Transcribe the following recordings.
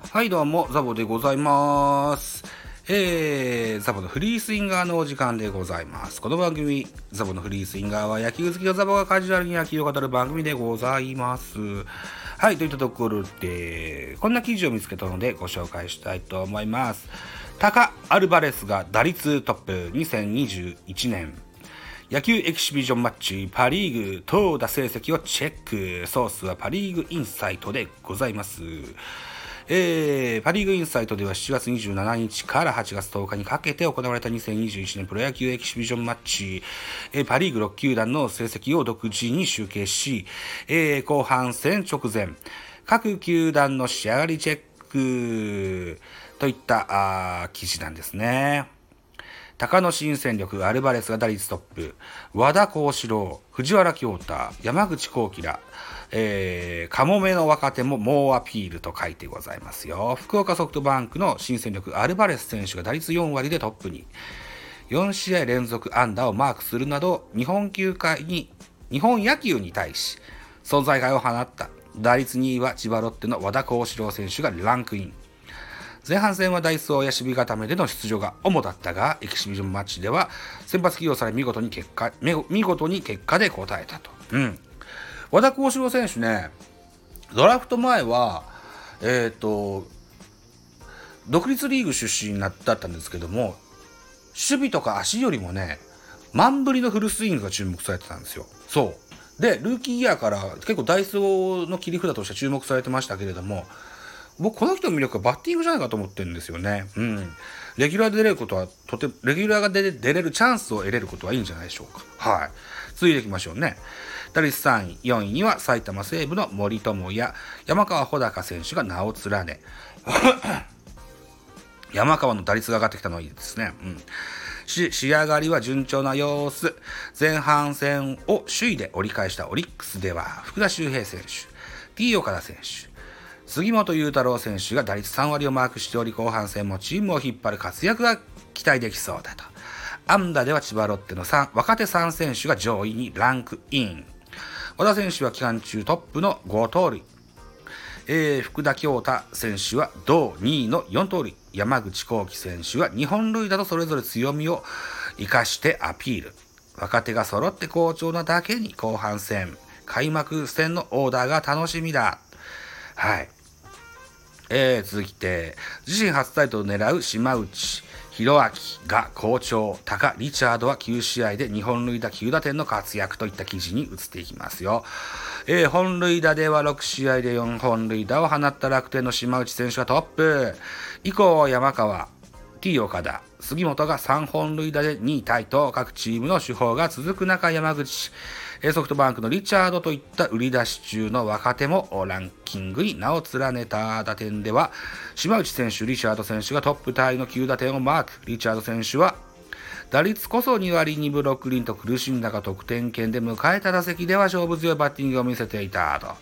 はいどうもザボでございます。ザボのフリースインガーのお時間でございます。この番組ザボのフリースインガーは野球好きのザボがカジュアルに野球を語る番組でございます。はい、といったところでこんな記事を見つけたのでご紹介したいと思います。タカ・アルバレスが打率トップ。2021年野球エキシビジョンマッチパリーグ投打成績をチェック。ソースはパリーグインサイトでございます。パリーグインサイトでは7月27日から8月10日にかけて行われた2021年プロ野球エキシビジョンマッチ、パリーグ6球団の成績を独自に集計し、後半戦直前各球団の仕上がりチェックといった記事なんですね。高野新戦力アルバレスが打率トップ、和田幸四郎、藤原恭太、山口幸輝ら、カモメの若手も猛アピールと書いてございますよ。福岡ソフトバンクの新戦力アルバレス選手が打率4割でトップに4試合連続安打をマークするなど日本野球に対し存在感を放った。打率2位は千葉ロッテの和田幸四郎選手がランクイン。前半戦はダイソーや守備固めでの出場が主だったが、エキシビジョンマッチでは先発起用され見事に結果で応えたと。和田幸四郎選手ね、ドラフト前は独立リーグ出身だったんですけども、守備とか足よりもね、満振りのフルスイングが注目されてたんですよ。そうで、ルーキーイヤーから結構ダイソーの切り札として注目されてましたけれども、僕この人の魅力はバッティングじゃないかと思ってるんですよね。レギュラーで出れることはレギュラーが出れるチャンスを得れることはいいんじゃないでしょうか。はい。続いていきましょうね。打率3位、4位には埼玉西武の森友哉、山川穂高選手が名を連ね山川の打率が上がってきたのはいいですね。仕上がりは順調な様子。前半戦を首位で折り返したオリックスでは福田周平選手、T 岡田選手、杉本裕太郎選手が打率3割をマークしており、後半戦もチームを引っ張る活躍が期待できそうだと。安打では千葉ロッテの若手3選手が上位にランクイン。和田選手は期間中トップの5盗塁。福田恭太選手は同2位の4盗塁。山口幸輝選手は2本塁打とそれぞれ強みを生かしてアピール。若手が揃って好調なだけに後半戦、開幕戦のオーダーが楽しみだ。はい。続いて自身初タイトルを狙う島内宏明が好調。タカ・リチャードは9試合で2本塁打9打点の活躍といった記事に移っていきますよ。本塁打では6試合で4本塁打を放った楽天の島内選手がトップ。以降山川、T 岡田、杉本が3本塁打で2位タイと各チームの主砲が続く中、山口、ソフトバンクのリチャードといった売り出し中の若手もランキングに名を連ねた。打点では島内選手、リチャード選手がトップタイの9打点をマーク。リチャード選手は打率こそ2割2分6厘と苦しんだが、得点圏で迎えた打席では勝負強いバッティングを見せていたと。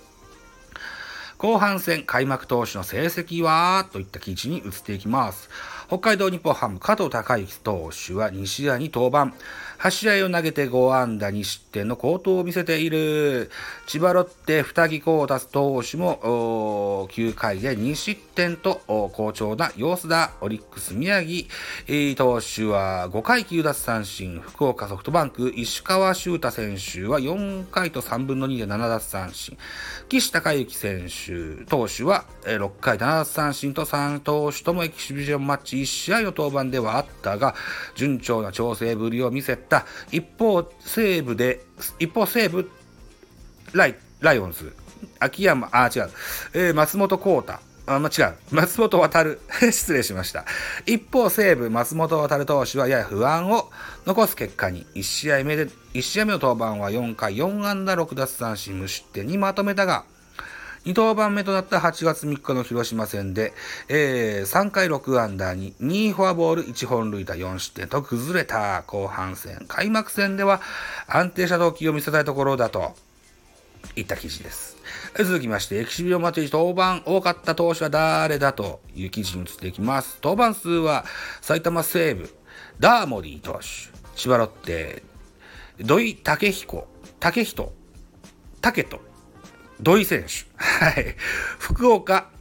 後半戦開幕投手の成績はといった記事に移っていきます。北海道日本ハム加藤貴之投手は2試合に登板。8試合を投げて5安打2失点の好投を見せている。千葉ロッテ二木光達投手も9回で2失点と好調な様子だ。オリックス宮城投手は5回9奪三振。福岡ソフトバンク石川修太選手は4回と3分の2で7奪三振。岸孝之選手投手は6回7奪三振と3投手ともエキシビジョンマッチ1試合の登板ではあったが順調な調整ぶりを見せた。一方西武ライオンズ松本幸太松本航失礼しました。一方西武松本航投手はやや不安を残す結果に。1試合目の登板は4回4安打6奪三振無失点にまとめたが、2登板目となった8月3日の広島戦で、3回6安打に2フォアボール1本塁打4失点と崩れた。後半戦開幕戦では安定した投球を見せたいところだといった記事です。続きましてエキシビジョンマッチに登板多かった投手は誰だという記事に移っていきます。登板数は埼玉西武ダーモディ投手、千葉ロッテ土井武人土井選手、福岡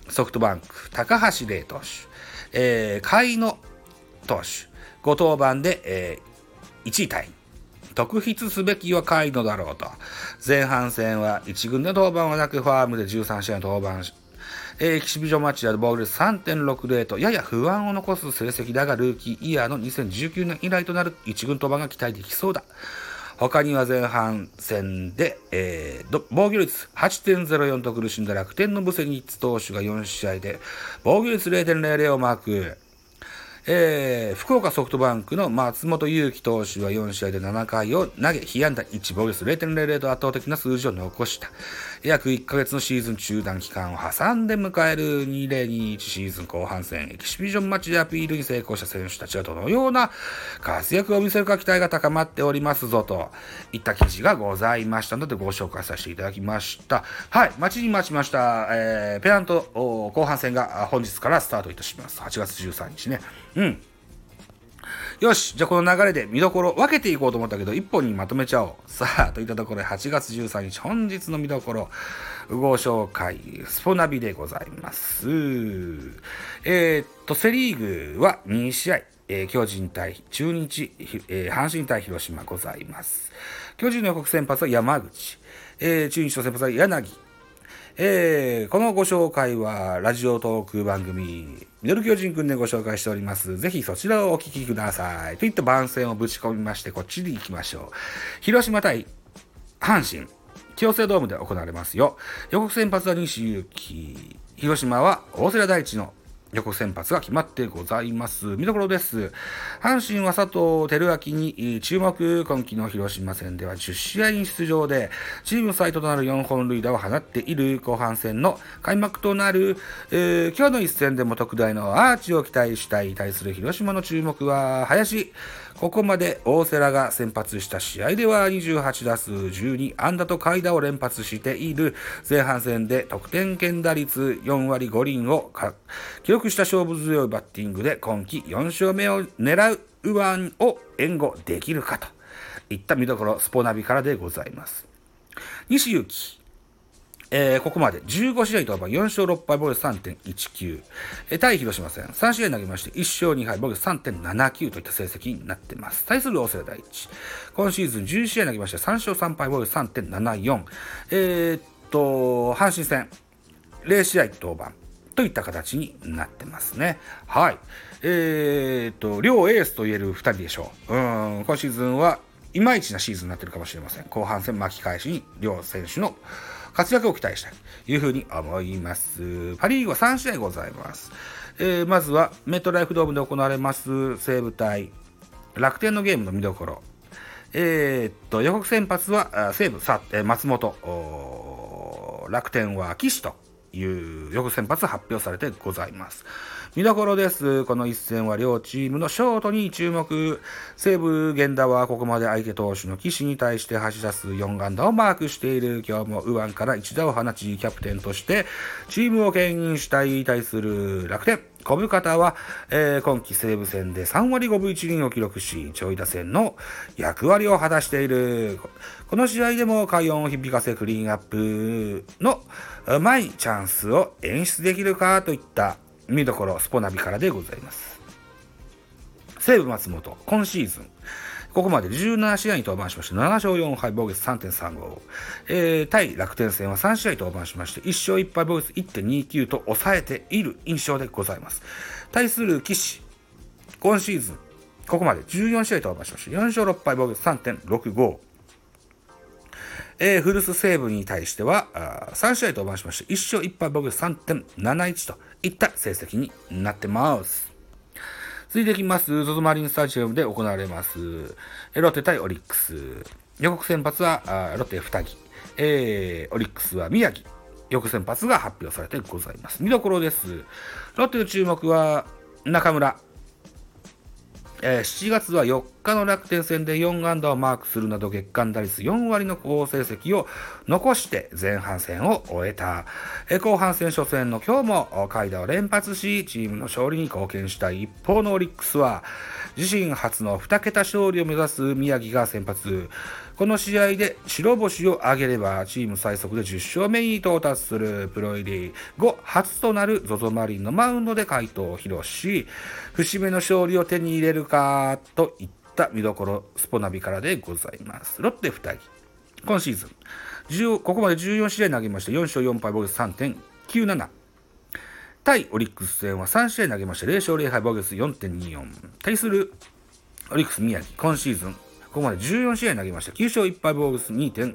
ソフトバンク、高橋礼投手、甲斐野投手、5登板で、1位タイ。特筆すべきは甲斐野だろうと。前半戦は1軍で登板はなく、ファームで13試合の登板。エキシビジョンマッチで防御率 3.60 とやや不安を残す成績だが、ルーキーイヤーの2019年以来となる1軍登板が期待できそうだ。他には前半戦で、防御率 8.04 と苦しんだ楽天のブセニッツ投手が4試合で防御率 0.00 をマーク。福岡ソフトバンクの松本裕樹投手は4試合で7回を投げ、被安打1、防御率 0.00 と圧倒的な数字を残した。約1ヶ月のシーズン中断期間を挟んで迎える2021シーズン後半戦、エキシビジョンマッチでアピールに成功した選手たちはどのような活躍を見せるか期待が高まっておりますぞといった記事がございましたのでご紹介させていただきました。はい、待ちに待ちました、ペナント後半戦が本日からスタートいたします。8月13日ね。よし、じゃあこの流れで見どころ分けていこうと思ったけど、一本にまとめちゃおう。さあ、といったところで8月13日本日の見どころご紹介、スポナビでございます。セリーグは2試合、巨人対中日、阪神対広島ございます。巨人の予告先発は山口、中日の先発は柳。このご紹介はラジオトーク番組ミドル巨人くんでご紹介しております。ぜひそちらをお聞きください。といった番宣をぶち込みまして、こっちに行きましょう。広島対阪神、京セラドームで行われますよ。予告先発は西勇輝、広島は大瀬良大地の予告先発が決まってございます。見どころです。阪神は佐藤輝明に注目。今季の広島戦では10試合に出場でチーム最多となる4本塁打を放っている。後半戦の開幕となる、今日の一戦でも特大のアーチを期待したい対する広島の注目は林。ここまで大瀬良が先発した試合では28打数12安打と快打を連発している。前半戦で得点圏打率4割5厘を記録した勝負強いバッティングで今季4勝目を狙う右腕を援護できるかといった見どころ、スポナビからでございます。西勇輝、ここまで15試合登板4勝6敗防御率 3.19、対広島戦3試合投げまして1勝2敗防御率 3.79 といった成績になっています。対する大瀬良大地、今シーズン11試合投げまして3勝3敗防御率 3.74、阪神戦0試合登板といった形になってますね。はい。両エースと言える2人でしょう。今シーズンはいまいちなシーズンになっているかもしれません。後半戦巻き返しに両選手の活躍を期待したいというふうに思います。パリーグは3試合ございます。まずはメットライフドームで行われます西武対楽天のゲームの見どころ。予告先発は西武松本、楽天は岸という予告先発発表されてございます。見どころです。この一戦は両チームのショートに注目。西武源田はここまで相手投手の岸に対して8打数4安打をマークしている。今日も右腕から1打を放ち、キャプテンとしてチームを牽引したい対する楽天。小深田は、今季西武戦で3割5分1厘を記録し、上位打線の役割を果たしている。この試合でも快音を響かせクリーンアップのマイチャンスを演出できるかといった見どころ、スポナビからでございます。西武松本、今シーズンここまで17試合に登板しまして7勝4敗防御率 3.35、対楽天戦は3試合登板しまして1勝1敗防御率 1.29 と抑えている印象でございます。対する岸、今シーズンここまで14試合登板しまして4勝6敗防御率 3.65、古巣西武に対しては3試合登板しまして1勝1敗防御率 3.71 といった成績になってます。続いていきます。ZOZO マリンスタジアムで行われますロッテ対オリックス。予告先発はロッテ2木、オリックスは宮城。予告先発が発表されてございます。見どころです。ロッテの注目は中村。7月は4 日の楽天戦で4安打をマークするなど月間打率4割の好成績を残して前半戦を終えた。後半戦初戦の今日も快打を連発し、チームの勝利に貢献した一方のオリックスは、自身初の2桁勝利を目指す宮城が先発。この試合で白星を挙げればチーム最速で10勝目に到達する。プロ入り後初となる ZOZO マリンのマウンドで快投を披露し、節目の勝利を手に入れるかといった見どころスポナビからでございます。ロッテ2人今シーズンここまで14試合投げまして4勝4敗防御率 3.97。 対オリックス戦は3試合投げまして0勝0敗防御率 4.24。 対するオリックス宮城今シーズンここまで14試合投げました9勝1敗防御率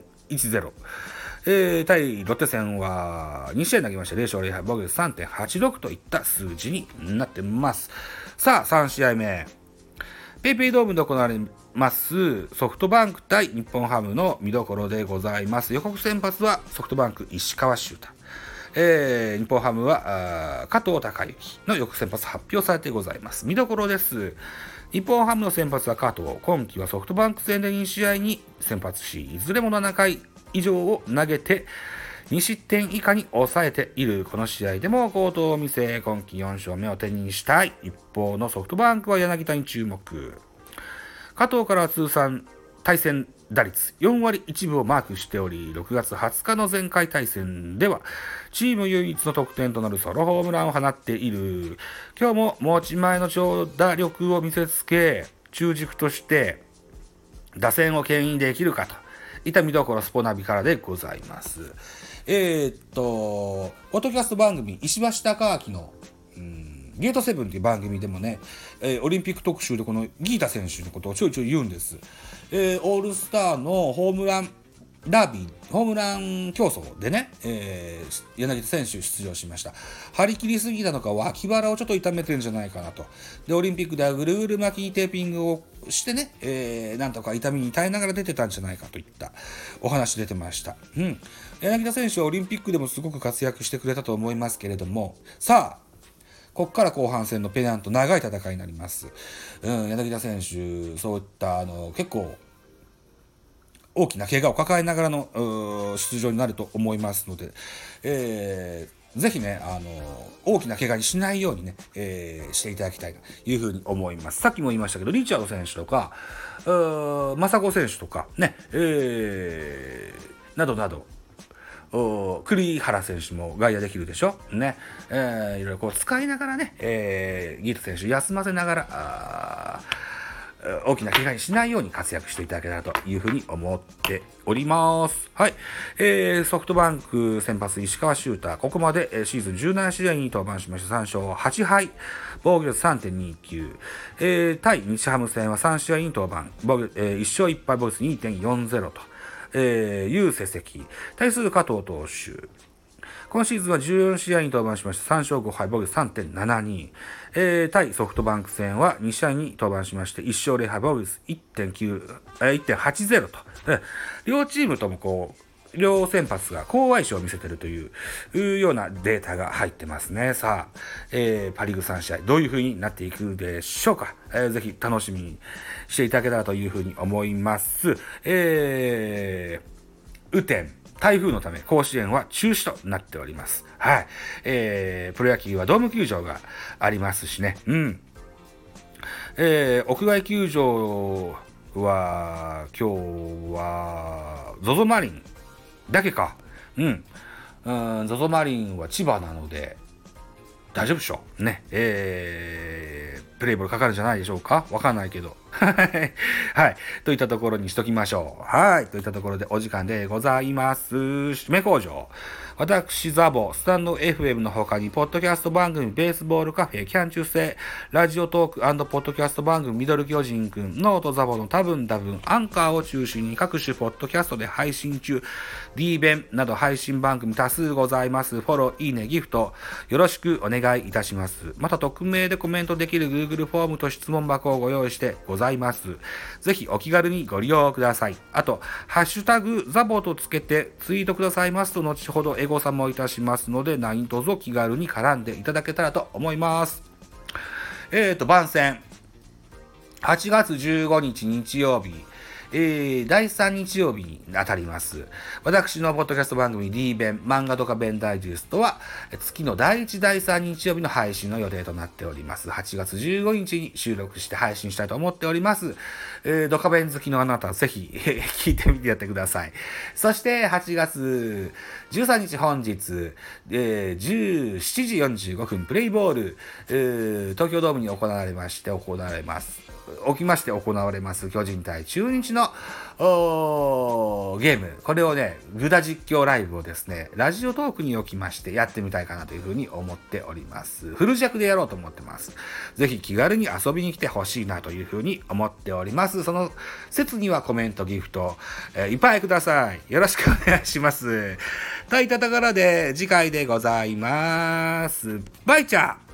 2.10。対ロッテ戦は2試合投げました0勝0敗防御率 3.86 といった数字になってます。さあ3試合目、ペイペイドームで行われますソフトバンク対日本ハムの見どころでございます。予告先発はソフトバンク石川柊太、日本ハムは加藤貴之の予告先発発表されてございます。見どころです。日本ハムの先発は加藤。今季はソフトバンク戦で2試合に先発し、いずれも7回以上を投げて2失点以下に抑えている。この試合でも好投を見せ、今季4勝目を手にしたい。一方のソフトバンクは柳田に注目。加藤から通算対戦打率4割1分をマークしており、6月20日の前回対戦ではチーム唯一の得点となるソロホームランを放っている。今日も持ち前の長打力を見せつけ、中軸として打線を牽引できるかといった見どころスポナビからでございます。ポッドキャスト番組石橋貴明のゲートセブンという番組でもね、オリンピック特集でこのギータ選手のことをちょいちょい言うんです。オールスターのホームランダービー、ホームラン競争でね、柳田選手出場しました。張り切りすぎたのか脇腹をちょっと痛めてるんじゃないかなと。で、オリンピックではぐるぐる巻きテーピングをしてね、なんとか痛みに耐えながら出てたんじゃないかといったお話出てました。柳田選手はオリンピックでもすごく活躍してくれたと思いますけれども、さあ、ここから後半戦のペナント長い戦いになります。柳田選手、そういった結構大きな怪我を抱えながらの出場になると思いますので、ぜひね、大きな怪我にしないようにね、していただきたいというふうに思います。さっきも言いましたけど、リチャード選手とか、正子選手とかね、などなど、栗原選手も外野できるでしょね、いろいろこう使いながらね、ギータ選手休ませながら大きな怪我にしないように活躍していただけたらというふうに思っております。はい、ソフトバンク先発石川柊太、ここまでシーズン17試合に登板しました3勝8敗防御率 3.29、対日ハム戦は3試合に登板1勝1敗防御率 2.40 という成績。対する加藤投手、今シーズンは14試合に登板しました3勝5敗防御率 3.72、対ソフトバンク戦は2試合に登板しまして1勝0敗防御率 1.80 と、両チームともこう両先発が好相性を見せているというようなデータが入ってますね。さあ、パリーグ3試合どういう風になっていくでしょうか。ぜひ楽しみにしていただけたらという風に思います。雨天台風のため甲子園は中止となっております。はい、プロ野球はドーム球場がありますしね。屋外球場は今日は ZOZO マリンだけか。ZOZO マリンは千葉なので大丈夫でしょうね。プレイボールかかるんじゃないでしょうか。わかんないけど。はい。といったところにしときましょう。はい。といったところでお時間でございます。締め工場。私、ザボ、スタンド FM の他に、ポッドキャスト番組、ベースボールカフェ、キャン中世、ラジオトーク&ポッドキャスト番組、ミドル巨人くん、ノートザボの多分、アンカーを中心に各種ポッドキャストで配信中、D 弁など配信番組多数ございます。フォロー、いいね、ギフト、よろしくお願いいたします。また、匿名でコメントできる Google フォームと質問箱をご用意してございます。ぜひお気軽にご利用ください。あと、ハッシュタグザボとつけてツイートくださいますと、後ほどエゴサもいたしますので、何卒気軽に絡んでいただけたらと思います。番宣。 8月15日日曜日、第3日曜日に当たります。私のポッドキャスト番組 D 弁漫画とか弁ダイジェストは月の第1、第3日曜日の配信の予定となっております。8月15日に収録して配信したいと思っております。ドカ弁好きのあなたはぜひ聞いてみてやってください。そして8月13日本日、17時45分プレイボール、東京ドームに行われまして起こわれます巨人対中日のゲーム、これをねグダ実況ライブをですねラジオトークに置きましてやってみたいかなというふうに思っております。フル弱でやろうと思ってます。ぜひ気軽に遊びに来てほしいなというふうに思っております。その説にはコメントギフト、いっぱいください。よろしくお願いします。といったところで次回でございます。バイチャー。